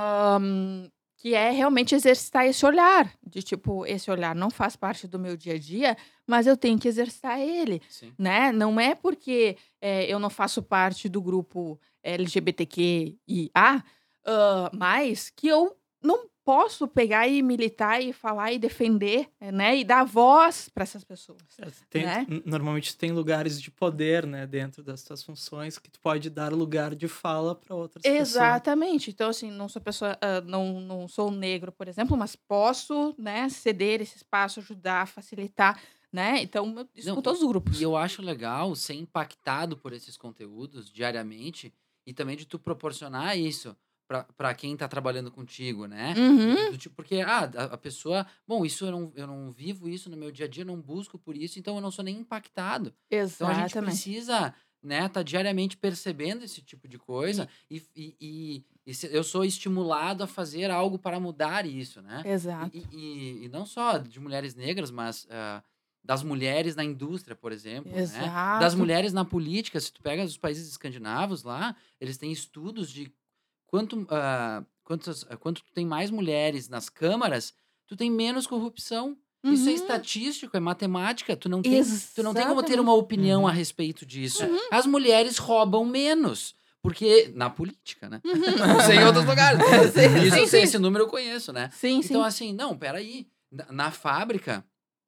ahn, que é realmente exercitar esse olhar, de tipo, esse olhar não faz parte do meu dia a dia, mas eu tenho que exercitar ele, Sim. né? Não é porque é, eu não faço parte do grupo L G B T Q I A, ah, mas que eu não posso pegar e militar e falar e defender, né? E dar voz para essas pessoas. Tem- Né? n- Normalmente tem lugares de poder, né, dentro das tuas funções que tu pode dar lugar de fala para outras pessoas. Exatamente. Então, assim, não sou pessoa, ah, não, não sou negro, por exemplo, mas posso, né, ceder esse espaço, ajudar, facilitar, né? Então, eu- isso Não, com todos os grupos. E eu acho legal ser impactado por esses conteúdos diariamente e também de tu proporcionar isso pra- pra quem tá trabalhando contigo, né? Uhum. Do, do tipo, porque ah, a, a pessoa, bom, isso eu não, eu não vivo isso no meu dia a dia, eu não busco por isso, então eu não sou nem impactado. Então a gente Exatamente. precisa, né, tá diariamente percebendo esse tipo de coisa e, e, e- e se- eu sou estimulado a fazer algo para mudar isso, né? Exato. E, e- e não só de mulheres negras, mas ah, das mulheres na indústria, por exemplo, né? Das Exato. mulheres na política. Se tu pega os países escandinavos lá, eles têm estudos de quanto, ah, quantas, ah, quanto tu tem mais mulheres nas câmaras, tu tem menos corrupção. Isso é Uhum. estatístico, é matemática. Tu não tem, tu não tem como ter uma Exatamente. opinião a Uhum. respeito disso. As mulheres roubam menos. Porque, na política, né? Não Uhum. sei em outros lugares. Sim, Isso, sim, esse, sim. esse número eu conheço, né? Sim, Então, sim. assim, não, peraí. Na, na fábrica,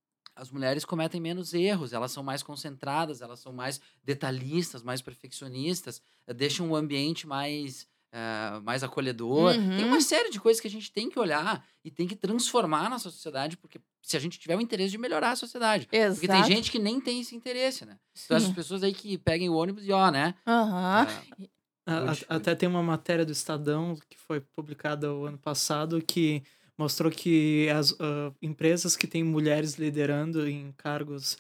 as mulheres cometem menos erros, elas são mais concentradas, elas são mais detalhistas, mais perfeccionistas, eh, deixam o ambiente mais, eh, mais acolhedor. Tem uma Uhum. série de coisas que a gente tem que olhar e tem que transformar na nossa sociedade, porque se a gente tiver o interesse de melhorar a sociedade. Porque tem Exato. gente que nem tem esse interesse, né? Então, essas Sim. pessoas aí que peguem o ônibus e ó, né? Aham. eh, A- a- Rude, Até tem uma matéria do Estadão que foi publicada o ano passado que mostrou que as ah, empresas que têm mulheres liderando em cargos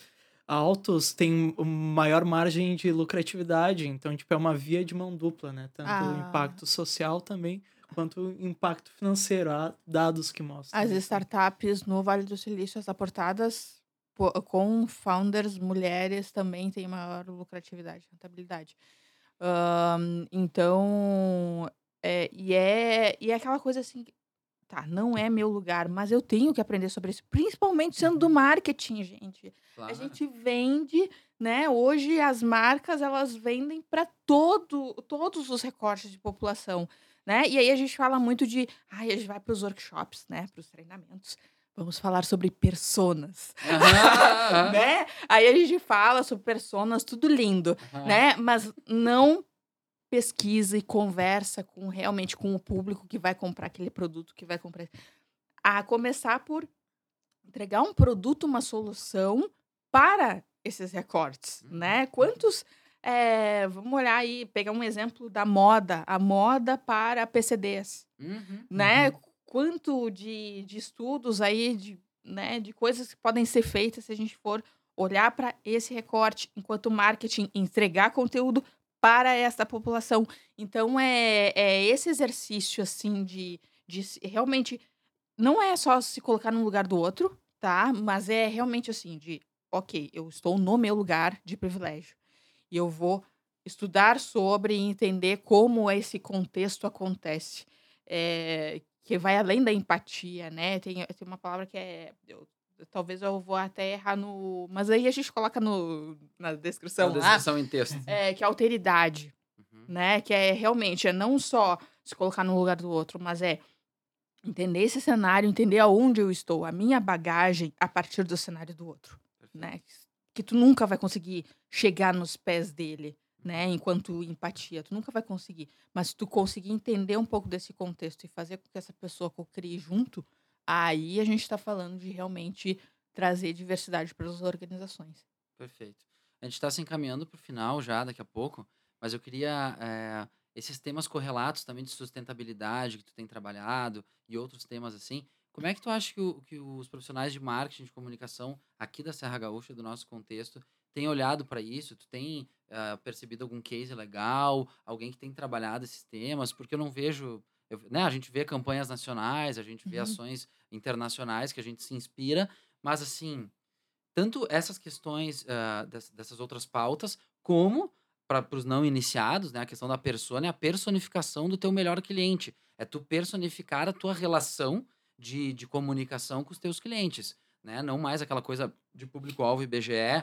altos têm um maior margem de lucratividade. Então, tipo, é uma via de mão dupla, né? Tanto o Ah. impacto social também, quanto o impacto financeiro. Há dados que mostram As isso. startups no Vale do Silício, as aportadas po- com founders mulheres também têm maior lucratividade, rentabilidade. Ahn, então, É, e, é, e é aquela coisa assim, tá, não é meu lugar, mas eu tenho que aprender sobre isso, principalmente sendo do Uhum. marketing, gente. A Claro. gente vende, né? Hoje as marcas elas vendem para todo, todos os recortes de população, né? E aí a gente fala muito de, ai, a gente vai para os workshops, né? Para os treinamentos. Vamos falar sobre personas, Aham, aham. né? Aí a gente fala sobre personas, tudo lindo, Aham. né? Mas não pesquisa e conversa com realmente com o público que vai comprar aquele produto, que vai comprar. A começar por entregar um produto, uma solução para esses recortes, Uhum, né? uhum. Quantos. É, vamos olhar aí, pegar um exemplo da moda, a moda para P C Ds, Uhum. né? Uhum. Quanto de, de estudos aí, de, né, de coisas que podem ser feitas se a gente for olhar para esse recorte, enquanto o marketing entregar conteúdo para essa população. Então, é, é esse exercício, assim, de, de se- realmente. Não é só se colocar num lugar do outro, tá? Mas é realmente assim, de, ok, eu estou no meu lugar de privilégio. E eu vou estudar sobre e entender como esse contexto acontece. É, que vai além da empatia, né? Tem, tem uma palavra que é. Eu- talvez eu vou até errar no. Mas aí a gente coloca no, na Na descrição lá, descrição em texto. é, que é alteridade, Uhum. né? Que é realmente, é não só se colocar no lugar do outro, mas é entender esse cenário, entender aonde eu estou, a minha bagagem a partir do cenário do outro, Perfeito. né? Que tu nunca vai conseguir chegar nos pés dele, né? Enquanto empatia, tu nunca vai conseguir. Mas se tu conseguir entender um pouco desse contexto e fazer com que essa pessoa cocrie junto, aí a gente tá falando de realmente trazer diversidade para as organizações. Perfeito. A gente está se encaminhando para o final já, daqui a pouco, mas eu queria eh, esses temas correlatos também de sustentabilidade que tu tem trabalhado e outros temas assim. Como é que tu acha que, o- que os profissionais de marketing de comunicação aqui da Serra Gaúcha, do nosso contexto, têm olhado para isso? Tu tem ah, percebido algum case legal, alguém que tem trabalhado esses temas? Porque eu não vejo, eu- né? A gente vê campanhas nacionais, a gente vê Uhum. ações internacionais que a gente se inspira, mas assim tanto essas questões ah, des- dessas outras pautas, como para os não iniciados, né? A questão da persona é a personificação do teu melhor cliente. É tu personificar a tua relação de, de comunicação com os teus clientes, né? Não mais aquela coisa de público-alvo I B G E,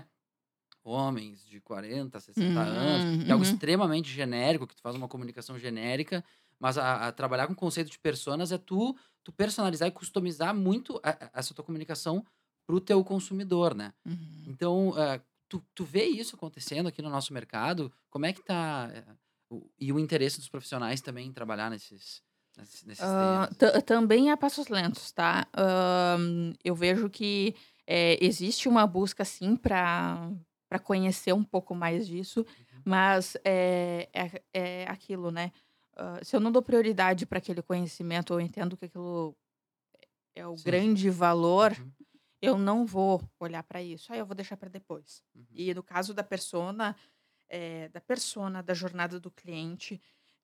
homens de quarenta, sessenta anos, Uhum, que é algo uhum. extremamente genérico, que tu faz uma comunicação genérica, mas a, a trabalhar com o conceito de personas é tu, tu personalizar e customizar muito a- a- essa tua comunicação pro teu consumidor, né? Uhum. Então, eh, tu, tu vê isso acontecendo aqui no nosso mercado? Como é que tá, eh, o- e o interesse dos profissionais também em trabalhar nesses, nesses, nesses Ah, temas, assim? ta- também a passos lentos, tá? Ahn, eu vejo que é, existe uma busca, sim, para para conhecer um pouco mais disso, Uhum. mas é, é, é aquilo, né? Ah, se eu não dou prioridade para aquele conhecimento, eu entendo que aquilo é o Sim, sim. grande valor, Uhum, eu não vou olhar para isso. Aí eu vou deixar para depois. uhum. E no caso da persona, é, da persona, da jornada do cliente,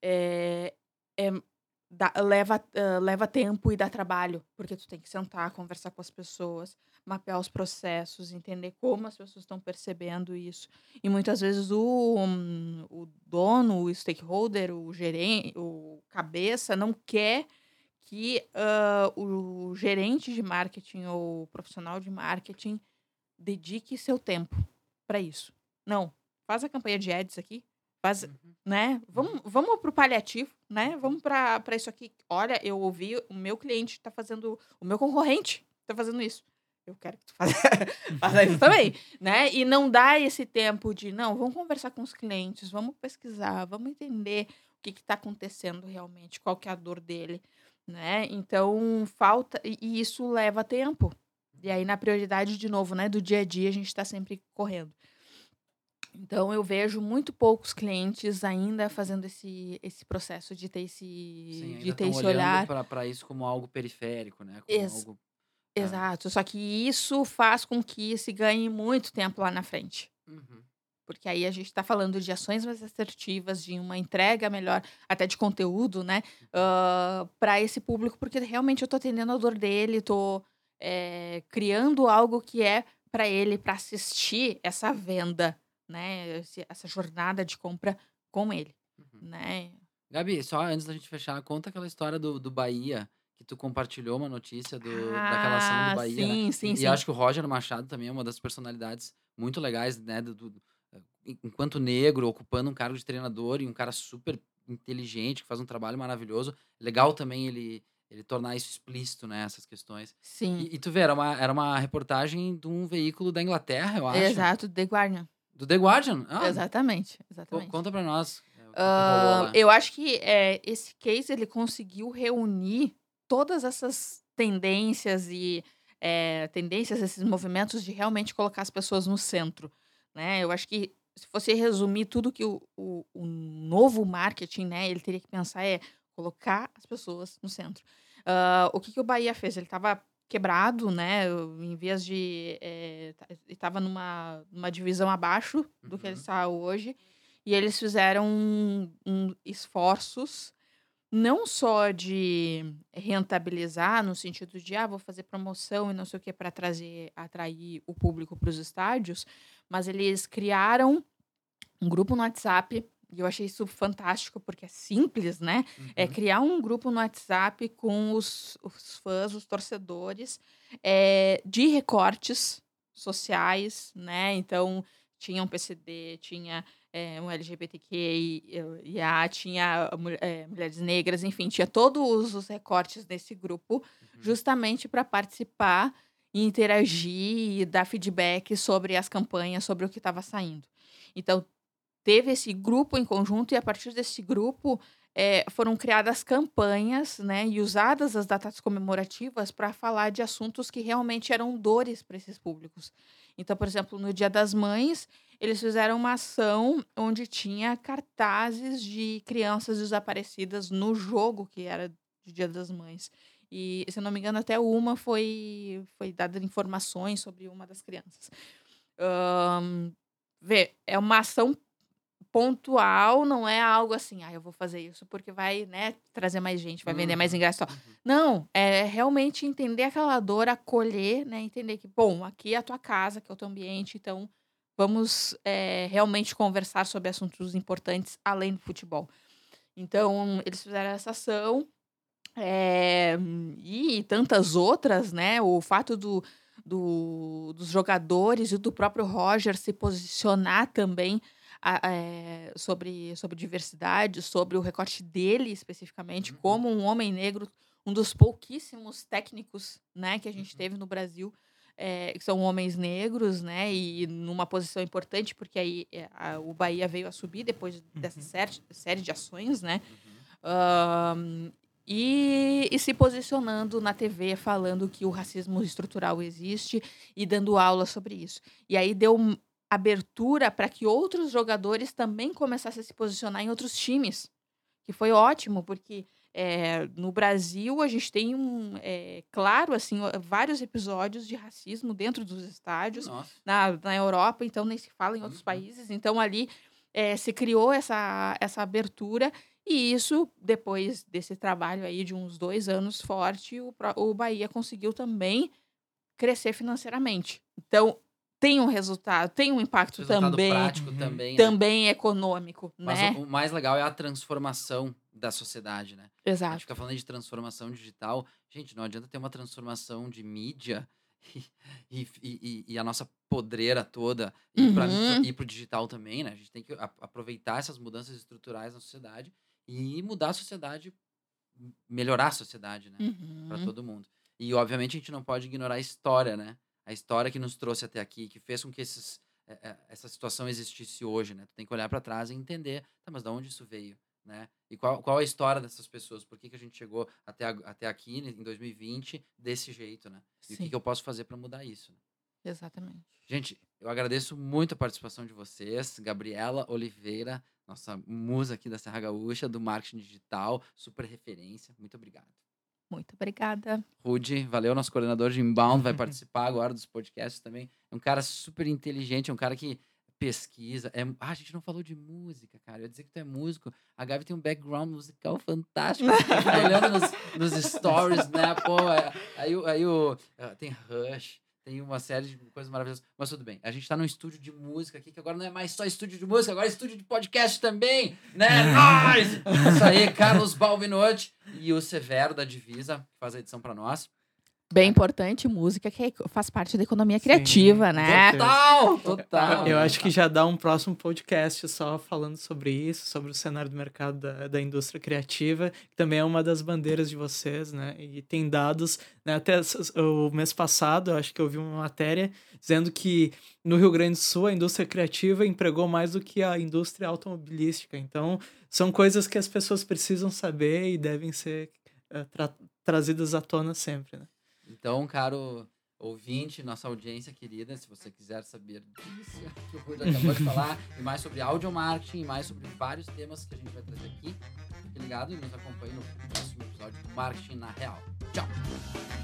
é, é dá leva, hã, leva tempo e dá trabalho, porque tu tem que sentar, conversar com as pessoas, mapear os processos, entender como as pessoas estão percebendo isso. E muitas vezes o hum, o dono, o stakeholder, o gerente, o cabeça não quer que, hã, o gerente de marketing ou o profissional de marketing dedique seu tempo para isso. Não, faz a campanha de ads aqui, faz, Uhum, né, uhum, vamos vamos para o paliativo, né, uhum. vamos para pra isso aqui. Olha, eu ouvi o meu cliente tá fazendo o meu concorrente tá fazendo isso. Eu quero que tu faça faça isso também, né. E não dá esse tempo de: "Não, vamos conversar com os clientes, vamos pesquisar, vamos entender o que está acontecendo realmente, qual que é a dor dele", né. Então falta e e isso leva tempo. E aí na prioridade de novo, né, do dia a dia, a gente está sempre correndo. Então eu vejo muito poucos clientes ainda fazendo esse esse processo de ter Sim, esse de ainda ter estão esse olhando olhar. para isso como algo periférico, né? Como Ex algo. ah, exato, só que isso faz com que se ganhe muito tempo lá na frente. uhum, Porque aí a gente está falando de ações mais assertivas, de uma entrega melhor, até de conteúdo, né, uhum, para esse público, porque realmente eu estou atendendo a dor dele, estou criando algo que é para ele, para assistir essa venda, né, esse essa jornada de compra com ele, uhum. né. Gabi, só antes da gente fechar, conta aquela história do, do Bahia, que tu compartilhou uma notícia do, daquela ação do Ah, Bahia, né? sim, sim, E, e sim. acho que o Roger Machado também é uma das personalidades muito legais, né? Do, do- en- enquanto negro, ocupando um cargo de treinador e um cara super inteligente, que faz um trabalho maravilhoso. Legal também ele, ele tornar isso explícito, né? Essas questões. Sim, E, e tu vê, era uma, era uma reportagem de um veículo da Inglaterra, eu acho. exato, The Guardian. Do The Guardian. Ah, Exatamente, co- exatamente. conta pra nós é, o que, que rolou Hã, lá. eu acho que, eh, esse case ele conseguiu reunir todas essas tendências e, eh, tendências, esses movimentos de realmente colocar as pessoas no centro, né. Eu acho que se fosse resumir tudo que o o o novo marketing, né, ele teria que pensar é colocar as pessoas no centro. Hã, o que que o Bahia fez? Ele estava quebrado, né, em vez de, eh, ta ele estava numa numa divisão abaixo do que ele Uhum. está hoje, e eles fizeram um um esforços, não só de rentabilizar, no sentido de: "Ah, vou fazer promoção e não sei o quê, para trazer atrair o público para os estádios", mas eles criaram um grupo no WhatsApp, e eu achei isso fantástico, porque é simples, né, é Uhum. criar um grupo no WhatsApp com os os fãs, os torcedores, eh, de recortes sociais, né, então tinha um P C D, tinha, eh, um L G B T Q I A, tinha mu eh, mulheres negras, enfim, tinha todos os recortes desse grupo, Uhum. justamente para participar e interagir e dar feedback sobre as campanhas, sobre o que estava saindo. Então teve esse grupo em conjunto e a partir desse grupo, eh, foram criadas campanhas, né, e usadas as datas comemorativas para falar de assuntos que realmente eram dores para esses públicos. Então, por exemplo, no Dia das Mães, eles fizeram uma ação onde tinha cartazes de crianças desaparecidas no jogo que era de Dia das Mães. E, se eu não me engano, até uma foi foi dada informações sobre uma das crianças. Hã, vê, é uma ação pontual, não é algo assim: "Ah, eu vou fazer isso porque vai, né, trazer mais gente, vai vender mais Uhum. ingresso e tal". Uhum. Não, é realmente entender aquela dor, acolher, né, entender que: "Bom, aqui é a tua casa, que é o teu ambiente, então vamos, eh, realmente conversar sobre assuntos importantes além do futebol". Então, eles fizeram essa ação, eh, e tantas outras, né, o fato do do dos jogadores e do próprio Roger se posicionar também, a eh, sobre sobre diversidade, sobre o recorte dele especificamente, Uhum. como um homem negro, um dos pouquíssimos técnicos, né, que a gente Uhum. teve no Brasil, eh, que são homens negros, né, e numa posição importante, porque aí, eh, a o Bahia veio a subir depois dessa Uhum. série série de ações, né. Uhum. Hã, e e se posicionando na T V, falando que o racismo estrutural existe e dando aula sobre isso. E aí deu um abertura para que outros jogadores também começassem a se posicionar em outros times, que foi ótimo, porque, eh, no Brasil a gente tem um, eh, claro, assim, ó, vários episódios de racismo dentro dos estádios, Nossa. na na Europa, então nem se fala em outros Uhum. países, então ali, eh, se criou essa essa abertura e isso, depois desse trabalho aí de uns dois anos forte, o pró o Bahia conseguiu também crescer financeiramente. Então, tem um resultado, tem um impacto Resultado também prático Uhum. também, né? também econômico, Mas o, né. o mais legal é a transformação da sociedade, né? A gente fica Exato. falando de transformação digital. Gente, não adianta ter uma transformação de mídia e, e, e- e a nossa podreira toda ir para Uhum, ir pro digital também, né? A gente tem que a- aproveitar essas mudanças estruturais na sociedade e mudar a sociedade, m- melhorar a sociedade, né? Para uhum. todo mundo. E, obviamente, a gente não pode ignorar a história, né? A história que nos trouxe até aqui, que fez com que esses, eh, eh, essa situação existisse hoje, né? Tu tem que olhar para trás e entender, tá, mas de onde isso veio, né? E qual, qual a história dessas pessoas? Por que, que a gente chegou até, ag- até aqui, né, em dois mil e vinte, desse jeito, né? E o que, Sim, que eu posso fazer para mudar isso, né? exatamente. Gente, eu agradeço muito a participação de vocês. Gabriela Oliveira, nossa musa aqui da Serra Gaúcha, do marketing digital, super referência. Muito obrigado. Muito obrigada. Rude, valeu, nosso coordenador de inbound, vai participar agora dos podcasts também. É um cara super inteligente, é um cara que pesquisa. É... Ah, a gente não falou de música, cara. Eu ia dizer que tu é músico. A Gabi tem um background musical fantástico. Eu fico olhando nos, nos stories, né? Pô, é- aí, o- aí o. ah, tem Rush, tem uma série de coisas maravilhosas. Mas tudo bem, a gente tá num estúdio de música aqui, que agora não é mais só estúdio de música, agora é estúdio de podcast também, né? Nice! Isso aí, Carlos Balvinotti e o Severo da Divisa, que faz a edição pra nós. Bem importante, música que faz parte da economia criativa, Sim, né? Total, total. Eu acho que já dá um próximo podcast só falando sobre isso, sobre o cenário do mercado da, da indústria criativa, que também é uma das bandeiras de vocês, né? E tem dados, né? Até o mês passado, eu acho que eu vi uma matéria dizendo que no Rio Grande do Sul a indústria criativa empregou mais do que a indústria automobilística. Então, são coisas que as pessoas precisam saber e devem ser uh, tra- trazidas à tona sempre, né? Então, caro ouvinte, nossa audiência querida, se você quiser saber disso que o Rudy acabou de falar, e mais sobre audio marketing, e mais sobre vários temas que a gente vai trazer aqui, fique ligado e nos acompanhe no próximo episódio do Marketing na Real. Tchau!